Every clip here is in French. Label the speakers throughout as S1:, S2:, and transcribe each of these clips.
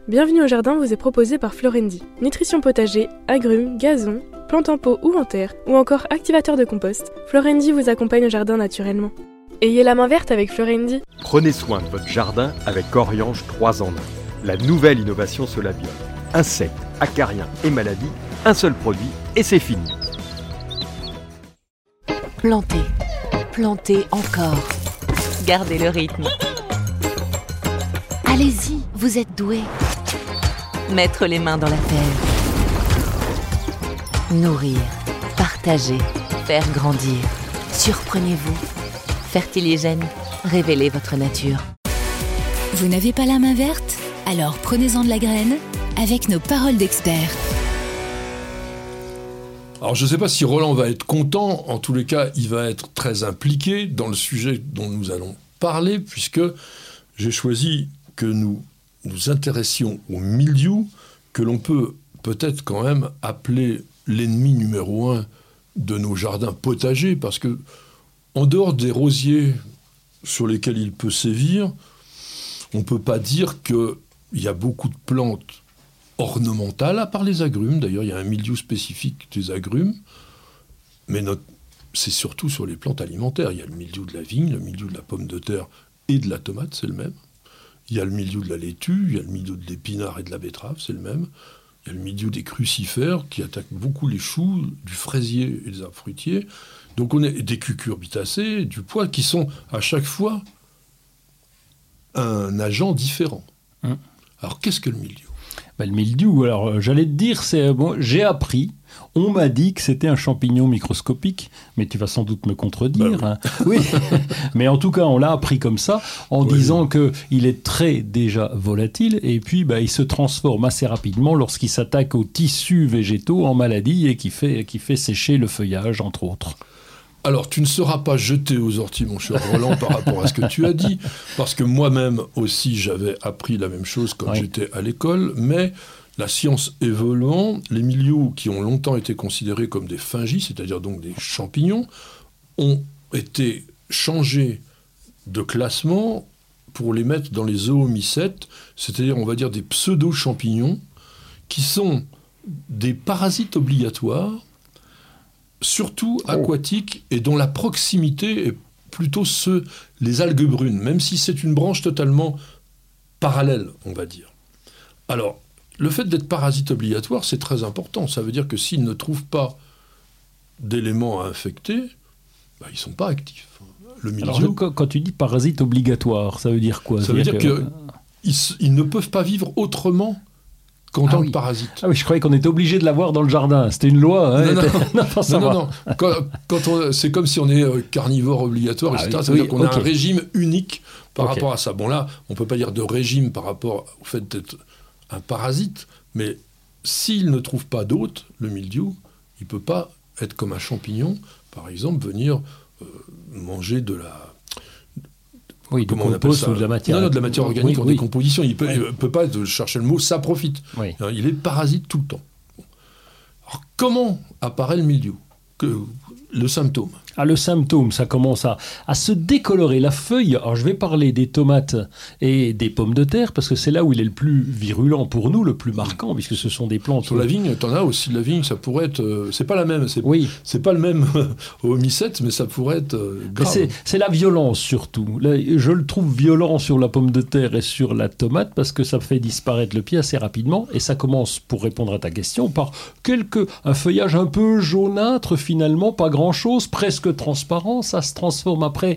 S1: Bienvenue au jardin vous est proposé par Florendi. Nutrition potager, agrumes, gazon, plantes en pot ou en terre, ou encore activateur de compost, Florendi vous accompagne au jardin naturellement. Ayez la main verte avec Florendi.
S2: Prenez soin de votre jardin avec Oriange 3 en 1. La nouvelle innovation Solabiol. Insectes, acariens et maladies, un seul produit et c'est fini.
S3: Plantez, plantez encore. Gardez le rythme. Allez-y, vous êtes doués. Mettre les mains dans la terre. Nourrir, partager, faire grandir. Surprenez-vous. Fertiligène, révélez votre nature.
S4: Vous n'avez pas la main verte ? Alors prenez-en de la graine avec nos paroles d'experts.
S5: Alors je ne sais pas si Roland va être content, en tous les cas il va être très impliqué dans le sujet dont nous allons parler, puisque j'ai choisi que nous nous intéressions au mildiou, que l'on peut peut-être quand même appeler l'ennemi numéro 1 de nos jardins potagers, parce que en dehors des rosiers sur lesquels il peut sévir, on ne peut pas dire qu'il y a beaucoup de plantes ornementales, à part les agrumes. D'ailleurs, il y a un mildiou spécifique des agrumes, mais c'est surtout sur les plantes alimentaires. Il y a le mildiou de la vigne, le mildiou de la pomme de terre et de la tomate, c'est le même. Il y a le mildiou de la laitue, il y a le mildiou de l'épinard et de la betterave, c'est le même. Il y a le mildiou des crucifères qui attaque beaucoup les choux, du fraisier et des arbres fruitiers. Donc on a des cucurbitacées, du pois, qui sont à chaque fois un agent différent. Alors qu'est-ce que le mildiou ?
S6: Le mildiou, alors j'allais te dire, j'ai appris, on m'a dit que c'était un champignon microscopique, mais tu vas sans doute me contredire. Oui, mais en tout cas, on l'a appris comme ça, en disant qu'il est très déjà volatile, et puis il se transforme assez rapidement lorsqu'il s'attaque aux tissus végétaux en maladie et qui fait sécher le feuillage, entre autres.
S5: Alors, tu ne seras pas jeté aux orties, mon cher Roland, par rapport à ce que tu as dit, parce que moi-même aussi, j'avais appris la même chose quand j'étais à l'école, mais la science évoluant, les mildious qui ont longtemps été considérés comme des fungi, c'est-à-dire donc des champignons, ont été changés de classement pour les mettre dans les zoomycètes, c'est-à-dire, on va dire, des pseudo-champignons, qui sont des parasites obligatoires, surtout aquatiques, et dont la proximité est plutôt les algues brunes, même si c'est une branche totalement parallèle, on va dire. Alors, le fait d'être parasite obligatoire, c'est très important. Ça veut dire que s'ils ne trouvent pas d'éléments à infecter, ils ne sont pas actifs. Le mildiou,
S6: alors, quand tu dis parasite obligatoire, ça veut dire quoi ?
S5: Ça veut dire qu'ils ne peuvent pas vivre autrement qu'en tant que parasite.
S6: Ah oui, je croyais qu'on était obligé de l'avoir dans le jardin. C'était une loi.
S5: Non. C'est comme si on est carnivore obligatoire, etc. Ça veut dire qu'on a un régime unique par rapport à ça. Bon, là, on ne peut pas dire de régime par rapport au fait d'être un parasite, mais s'il ne trouve pas d'hôte, le mildiou, il ne peut pas être comme un champignon, par exemple, venir manger de la...
S6: Oui, de compost ou de la matière.
S5: Non, de la matière organique en décomposition. Il ne peut pas, chercher le mot, ça profite. Oui. Il est parasite tout le temps. Alors, comment apparaît le mildiou ? Le symptôme.
S6: Le symptôme, ça commence à se décolorer. La feuille, alors je vais parler des tomates et des pommes de terre, parce que c'est là où il est le plus virulent pour nous, le plus marquant, puisque ce sont des plantes...
S5: Sur la vigne, t'en as aussi de la vigne, ça pourrait être... c'est pas la même, c'est pas le même au mycète, mais ça pourrait être grave.
S6: C'est la violence, surtout. Là, je le trouve violent sur la pomme de terre et sur la tomate, parce que ça fait disparaître le pied assez rapidement, et ça commence, pour répondre à ta question, par un feuillage un peu jaunâtre, finalement, pas grand-chose, presque transparent, ça se transforme après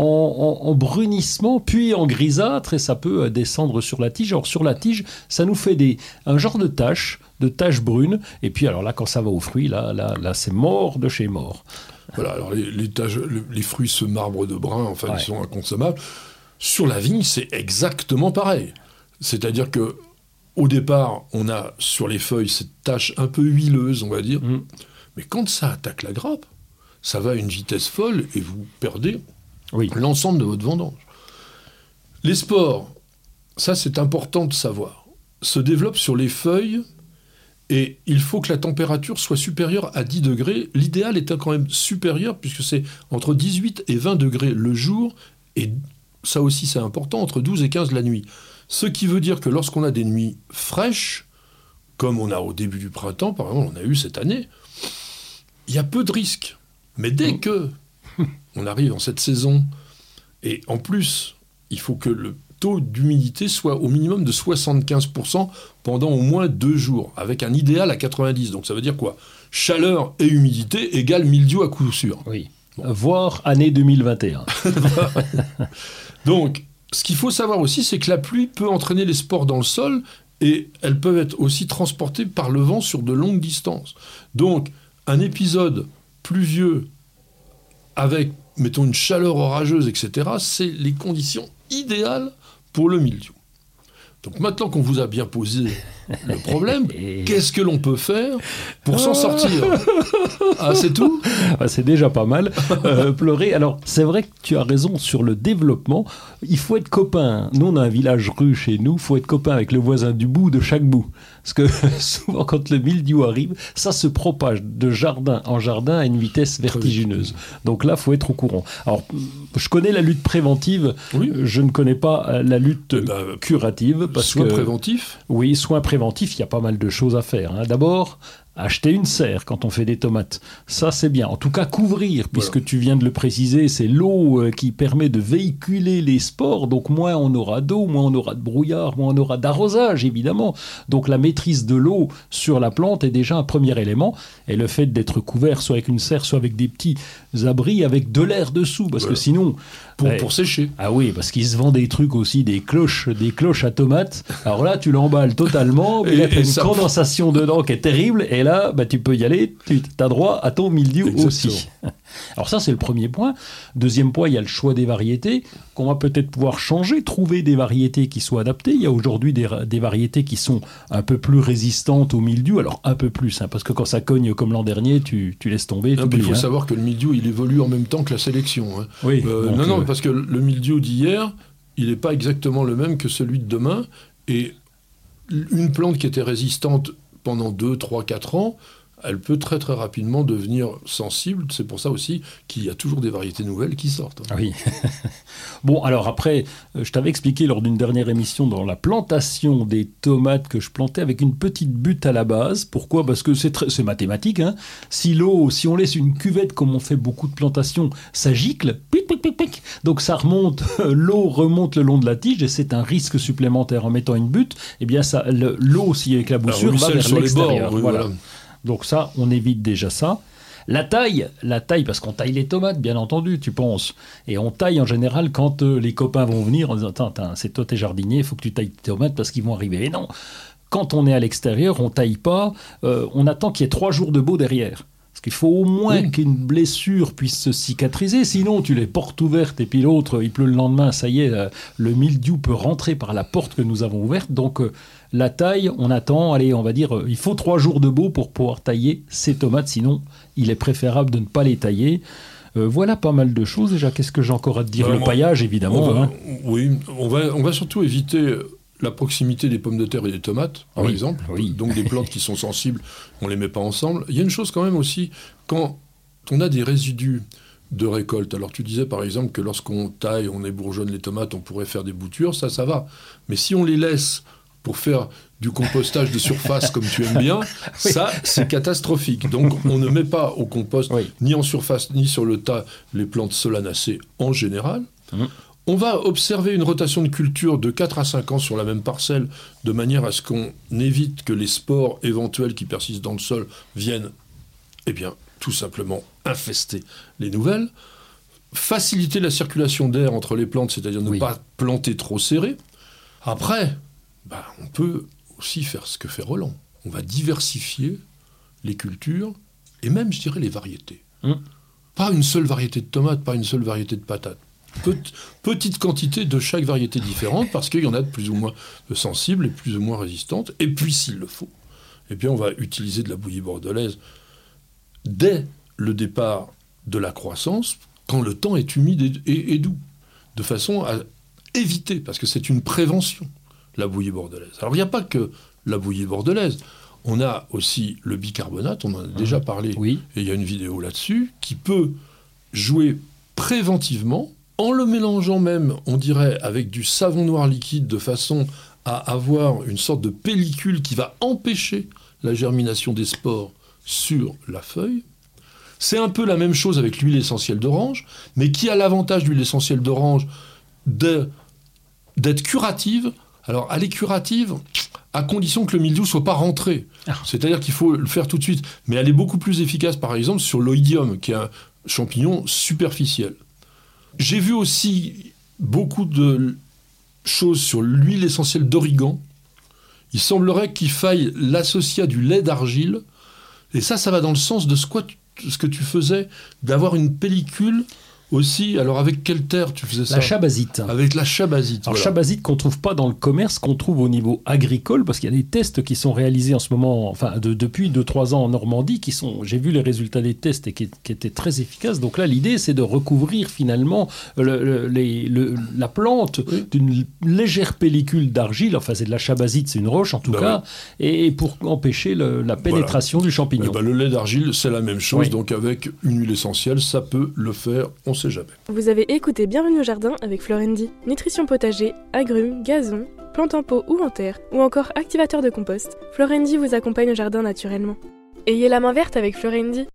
S6: en brunissement, puis en grisâtre, et ça peut descendre sur la tige. Alors sur la tige, ça nous fait un genre de taches brunes, et puis alors là, quand ça va aux fruits, là c'est mort de chez mort.
S5: Voilà, alors les fruits se marbrent de brun, ils sont inconsommables. Sur la vigne, c'est exactement pareil. C'est-à-dire que au départ, on a sur les feuilles cette tache un peu huileuse, on va dire, mais quand ça attaque la grappe, ça va à une vitesse folle et vous perdez l'ensemble de votre vendange. Les spores, ça c'est important de savoir, se développent sur les feuilles et il faut que la température soit supérieure à 10 degrés. L'idéal étant quand même supérieur puisque c'est entre 18 et 20 degrés le jour et ça aussi c'est important, entre 12 et 15 la nuit. Ce qui veut dire que lorsqu'on a des nuits fraîches, comme on a au début du printemps, par exemple, on a eu cette année, il y a peu de risques. Mais dès que on arrive en cette saison, et en plus, il faut que le taux d'humidité soit au minimum de 75% pendant au moins 2 jours, avec un idéal à 90%. Donc ça veut dire quoi ? Chaleur et humidité égale mildiou à coup sûr.
S6: Oui. Bon. Voire année 2021.
S5: Donc, ce qu'il faut savoir aussi, c'est que la pluie peut entraîner les spores dans le sol et elles peuvent être aussi transportées par le vent sur de longues distances. Donc, un épisode pluvieux avec, mettons, une chaleur orageuse, etc., c'est les conditions idéales pour le mildiou. Donc maintenant qu'on vous a bien posé le problème, qu'est-ce que l'on peut faire pour s'en sortir ? Ah, c'est tout ?
S6: C'est déjà pas mal. Pleurer. Alors, c'est vrai que tu as raison sur le développement. Il faut être copain. Nous, on a un village rue chez nous. Il faut être copain avec le voisin du bout de chaque bout. Parce que souvent, quand le mildiou arrive, ça se propage de jardin en jardin à une vitesse vertigineuse. Donc là, il faut être au courant. Alors, je connais la lutte préventive. Oui. Je ne connais pas la lutte curative.
S5: Soins préventifs ?
S6: Oui, soins préventifs, il y a pas mal de choses à faire. D'abord, acheter une serre quand on fait des tomates. Ça, c'est bien. En tout cas, couvrir, puisque tu viens de le préciser, c'est l'eau qui permet de véhiculer les spores. Donc, moins on aura d'eau, moins on aura de brouillard, moins on aura d'arrosage, évidemment. Donc, la maîtrise de l'eau sur la plante est déjà un premier élément. Et le fait d'être couvert, soit avec une serre, soit avec des petits abris, avec de l'air dessous. Parce que sinon...
S5: Pour sécher.
S6: Ah oui, parce qu'il se vend des trucs aussi, des cloches à tomates. Alors là, tu l'emballes totalement, mais il y a une condensation dedans qui est terrible, et là, tu peux y aller, tu as droit à ton mildiou aussi. Alors ça, c'est le premier point. Deuxième point, il y a le choix des variétés, qu'on va peut-être pouvoir changer, trouver des variétés qui soient adaptées. Il y a aujourd'hui des variétés qui sont un peu plus résistantes au mildiou, alors un peu plus, parce que quand ça cogne comme l'an dernier, tu laisses tomber.
S5: Il faut savoir que le mildiou, il évolue en même temps que la sélection.
S6: Oui.
S5: Non, parce que le mildiou d'hier, il n'est pas exactement le même que celui de demain. Et une plante qui était résistante pendant 2, 3, 4 ans, elle peut très très rapidement devenir sensible. C'est pour ça aussi qu'il y a toujours des variétés nouvelles qui sortent.
S6: Oui. Bon, alors après, je t'avais expliqué lors d'une dernière émission dans la plantation des tomates que je plantais avec une petite butte à la base. Pourquoi ? Parce que c'est mathématique. Si on laisse une cuvette comme on fait beaucoup de plantations, ça gicle. Pic, pic, pic, pic. Donc ça remonte, l'eau remonte le long de la tige et c'est un risque supplémentaire. En mettant une butte, eh bien l'eau aussi avec la boussure va vers l'extérieur.
S5: Oui, voilà.
S6: Donc ça, on évite déjà ça. La taille, parce qu'on taille les tomates, bien entendu, tu penses. Et on taille en général quand les copains vont venir en disant « Attends, c'est toi tes jardiniers, il faut que tu tailles tes tomates parce qu'ils vont arriver. » Et non, quand on est à l'extérieur, on taille pas, on attend qu'il y ait 3 jours de beau derrière. Parce qu'il faut au moins qu'une blessure puisse se cicatriser, sinon tu les portes ouvertes et puis l'autre, il pleut le lendemain, ça y est, le mildiou peut rentrer par la porte que nous avons ouverte. Donc la taille, on attend, on va dire, il faut 3 jours de beau pour pouvoir tailler ces tomates, sinon il est préférable de ne pas les tailler. Voilà pas mal de choses déjà. Qu'est-ce que j'ai encore à te dire ? Le paillage, évidemment.
S5: Oui, on va surtout éviter la proximité des pommes de terre et des tomates, par exemple.
S6: Oui.
S5: Donc des plantes qui sont sensibles, on ne les met pas ensemble. Il y a une chose quand même aussi, quand on a des résidus de récolte. Alors tu disais par exemple que lorsqu'on taille, on ébourgeonne les tomates, on pourrait faire des boutures, ça va. Mais si on les laisse pour faire du compostage de surface comme tu aimes bien, ça c'est catastrophique. Donc on ne met pas au compost, ni en surface, ni sur le tas, les plantes solanacées en général. On va observer une rotation de culture de 4 à 5 ans sur la même parcelle, de manière à ce qu'on évite que les spores éventuels qui persistent dans le sol viennent, tout simplement infester les nouvelles. Faciliter la circulation d'air entre les plantes, c'est-à-dire ne pas planter trop serré. Après, on peut aussi faire ce que fait Roland. On va diversifier les cultures et même, je dirais, les variétés. Pas une seule variété de tomates, pas une seule variété de patates. Petite quantité de chaque variété différente, parce qu'il y en a de plus ou moins sensibles et plus ou moins résistantes. Et puis, s'il le faut, on va utiliser de la bouillie bordelaise dès le départ de la croissance, quand le temps est humide et doux, de façon à éviter, parce que c'est une prévention, la bouillie bordelaise. Alors, il n'y a pas que la bouillie bordelaise. On a aussi le bicarbonate, on en a déjà parlé, et il y a une vidéo là-dessus, qui peut jouer préventivement, en le mélangeant même, on dirait, avec du savon noir liquide, de façon à avoir une sorte de pellicule qui va empêcher la germination des spores sur la feuille. C'est un peu la même chose avec l'huile essentielle d'orange, mais qui a l'avantage de l'huile essentielle d'orange d'être curative. Alors, elle est curative à condition que le mildiou ne soit pas rentré. C'est-à-dire qu'il faut le faire tout de suite. Mais elle est beaucoup plus efficace, par exemple, sur l'oïdium, qui est un champignon superficiel. J'ai vu aussi beaucoup de choses sur l'huile essentielle d'origan. Il semblerait qu'il faille l'associer à du lait d'argile. Et ça va dans le sens de ce que tu faisais, d'avoir une pellicule aussi. Alors, avec quelle terre tu faisais ça ?
S6: La chabazite.
S5: Avec la chabazite.
S6: Alors,
S5: voilà.
S6: chabazite qu'on ne trouve pas dans le commerce, qu'on trouve au niveau agricole, parce qu'il y a des tests qui sont réalisés en ce moment, depuis 2-3 ans en Normandie, j'ai vu les résultats des tests et qui étaient très efficaces. Donc là, l'idée, c'est de recouvrir finalement la plante d'une légère pellicule d'argile. Enfin, c'est de la chabazite, c'est une roche en tout cas, et pour empêcher la pénétration du champignon.
S5: Le lait d'argile, c'est la même chose. Donc, avec une huile essentielle, ça peut le faire. On sait jamais.
S1: Vous avez écouté Bienvenue au jardin avec Florendi. Nutrition potager, agrumes, gazon, plantes en pot ou en terre, ou encore activateur de compost, Florendi vous accompagne au jardin naturellement. Ayez la main verte avec Florendi.